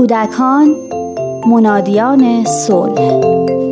کودکان منادیان صلح.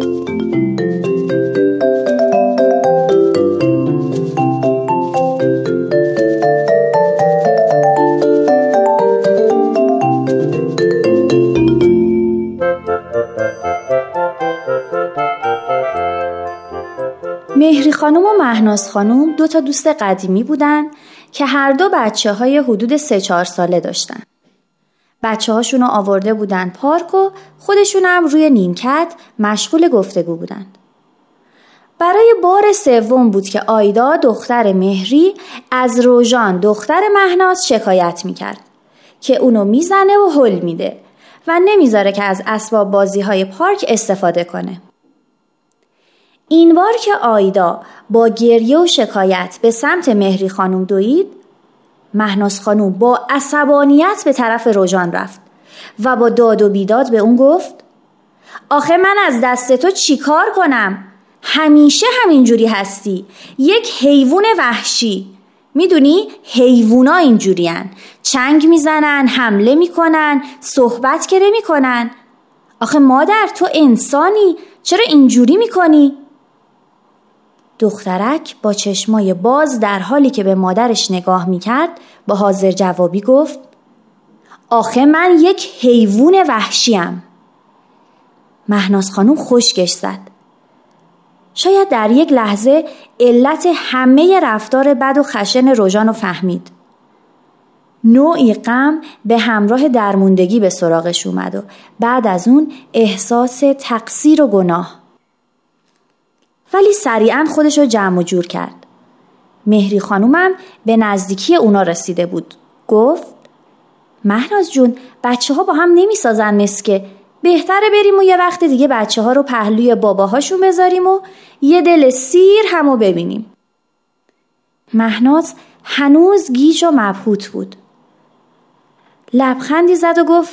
مهری خانم و مهناز خانم 2 تا دوست قدیمی بودن که هر دو بچه‌های حدود 3-4 ساله داشتن. بچه‌هاشون رو آورده بودن پارک و خودشون هم روی نیمکت مشغول گفتگو بودن. برای بار 3 بود که آیدا دختر مهری از روژان دختر مهناز شکایت میکرد که اونو میزنه و هل میده و نمیذاره که از اسباب بازی‌های پارک استفاده کنه. این بار که آیدا با گریه و شکایت به سمت مهری خانم دوید، مهناز خانم با عصبانیت به طرف روژان رفت و با داد و بیداد به اون گفت آخه من از دست تو چی کار کنم؟ همیشه همینجوری هستی، یک حیوان وحشی. میدونی حیوونا اینجورین، چنگ میزنن، حمله میکنن، صحبت که نمیکنن. آخه مادر تو انسانی، چرا اینجوری میکنی؟ دخترک با چشمای باز در حالی که به مادرش نگاه میکرد با حاضر جوابی گفت آخه من یک حیوان وحشیم. مهناز خانم خشکش زد. شاید در یک لحظه علت همه رفتار بد و خشن روژان رو فهمید. نوعی غم به همراه درموندگی به سراغش اومد و بعد از اون احساس تقصیر و گناه. ولی سریعا خودش رو جمع و جور کرد. مهری خانومم به نزدیکی اونا رسیده بود. گفت مهناز جون، بچه ها با هم نمی سازن مسکه. بهتره بریم و یه وقت دیگه بچه ها رو پهلوی باباهاشون بذاریم و یه دل سیر همو ببینیم. مهناز هنوز گیج و مبهوت بود. لبخندی زد و گفت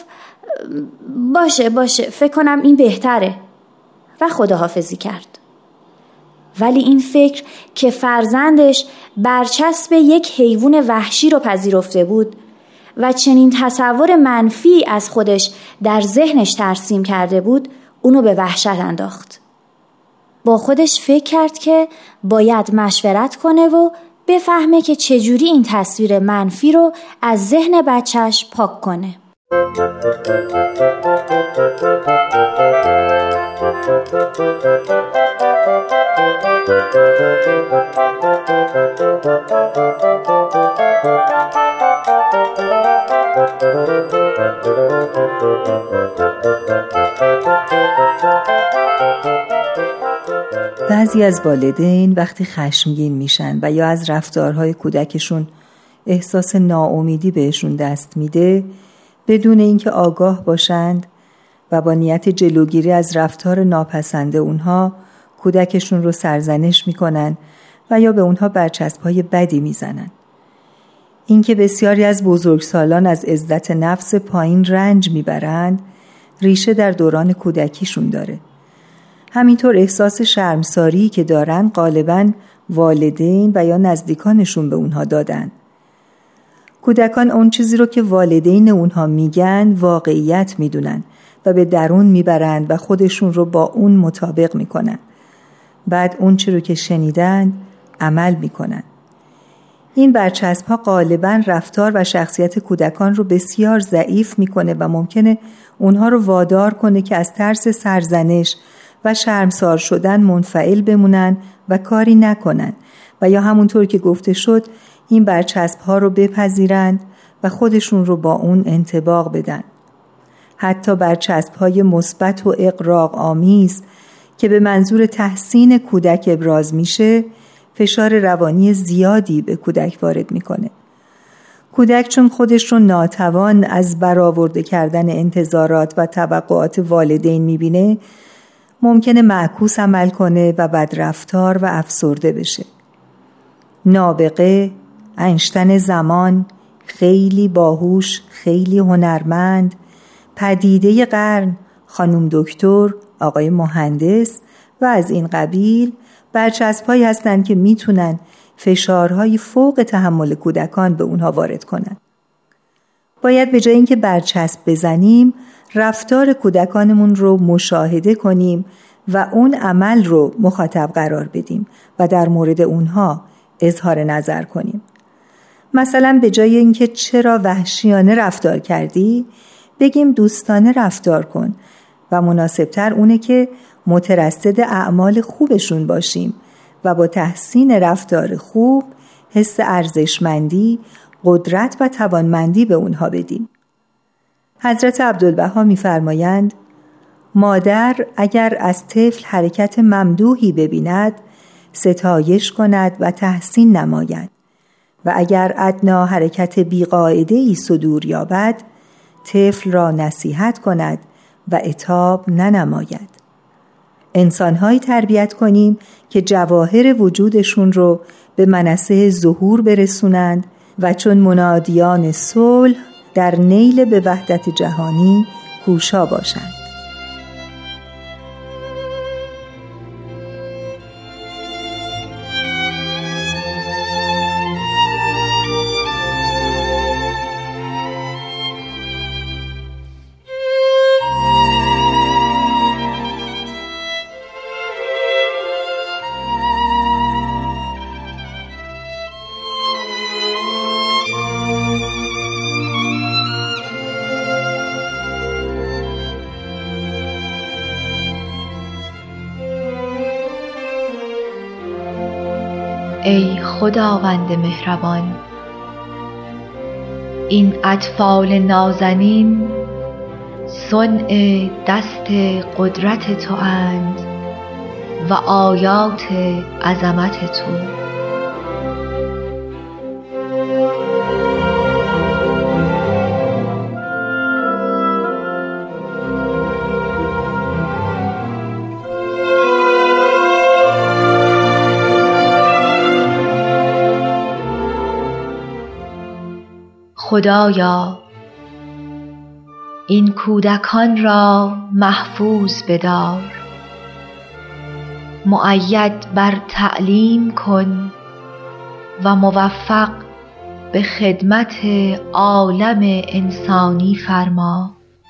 باشه فکر کنم این بهتره و خداحافظی کرد. ولی این فکر که فرزندش برچسب یک حیوان وحشی رو پذیرفته بود و چنین تصور منفی از خودش در ذهنش ترسیم کرده بود، اونو به وحشت انداخت. با خودش فکر کرد که باید مشورت کنه و بفهمه که چجوری این تصویر منفی رو از ذهن بچهش پاک کنه. بعضی از والدین وقتی خشمگین میشن و یا از رفتارهای کودکشون احساس ناامیدی بهشون دست میده، بدون اینکه آگاه باشند و با نیت جلوگیری از رفتار ناپسند اونها کودکشون رو سرزنش میکنن و یا به اونها برچسب‌های بدی میزنن. اینکه بسیاری از بزرگسالان از عزت نفس پایین رنج میبرند ریشه در دوران کودکیشون داره. همینطور احساس شرمساری که دارن غالباً والدین و یا نزدیکانشون به اونها دادن. کودکان اون چیزی رو که والدین اونها میگن واقعیت میدونن و به درون میبرند و خودشون رو با اون مطابق میکنن. بعد اون چی رو که شنیدن عمل میکنن. این برچسب‌ها غالباً رفتار و شخصیت کودکان رو بسیار ضعیف میکنه و ممکنه اونها رو وادار کنه که از ترس سرزنش و شرمسار شدن منفعل بمونن و کاری نکنن و یا همونطور که گفته شد این برچسب‌ها رو بپذیرند و خودشون رو با اون انطباق بدن. حتی برچسب‌های مثبت و اغراق آمیز که به منظور تحسین کودک ابراز میشه فشار روانی زیادی به کودک وارد میکنه. کودک چون خودش رو ناتوان از برآورده کردن انتظارات و توقعات والدین میبینه ممکنه معکوس عمل کنه و بدرفتار و افسرده بشه. نابغه، اینشتین زمان، خیلی باهوش، خیلی هنرمند، پدیده قرن، خانم دکتر، آقای مهندس و از این قبیل برچسب‌هایی هستند که میتونن فشارهای فوق تحمل کودکان به اونها وارد کنن. باید به جای اینکه برچسب بزنیم رفتار کودکانمون رو مشاهده کنیم و اون عمل رو مخاطب قرار بدیم و در مورد اونها اظهار نظر کنیم. مثلا به جای اینکه چرا وحشیانه رفتار کردی، بگیم دوستانه رفتار کن و مناسبتر اونه که مترصد اعمال خوبشون باشیم و با تحسین رفتار خوب حس ارزشمندی، قدرت و توانمندی به اونها بدیم. حضرت عبدالبها می‌فرمایند مادر اگر از طفل حرکت ممدوحی ببیند ستایش کند و تحسین نماید و اگر ادنا حرکت بیقاعده‌ای صدور یابد طفل را نصیحت کند و عتاب ننماید. انسان‌هایی تربیت کنیم که جواهر وجودشون رو به منصه ظهور برسونند و چون منادیان صلح در نیل به وحدت جهانی کوشا باشند. ای خداوند مهربان، این اطفال نازنین صنع دست قدرت تو اند و آیات عظمت تو. خدایا این کودکان را محفوظ بدار، مؤید بر تعلیم کن و موفق به خدمت عالم انسانی فرما.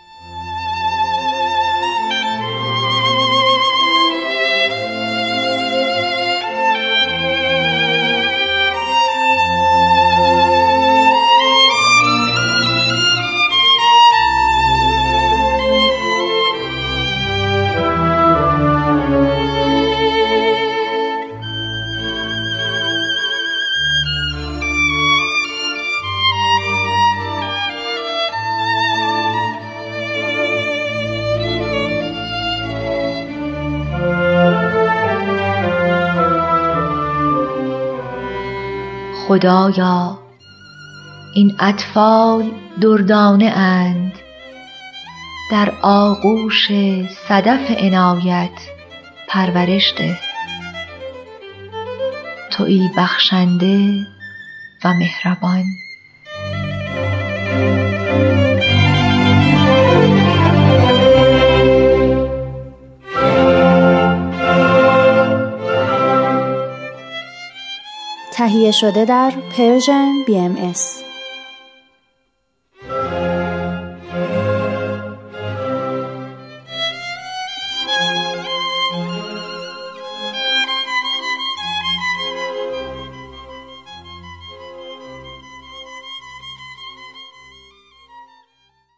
خدایا این اطفال دردانه اند، در آغوش صدف عنایت پرورش ده. تویی بخشنده و مهربان. تهیه شده در پرژن BMS.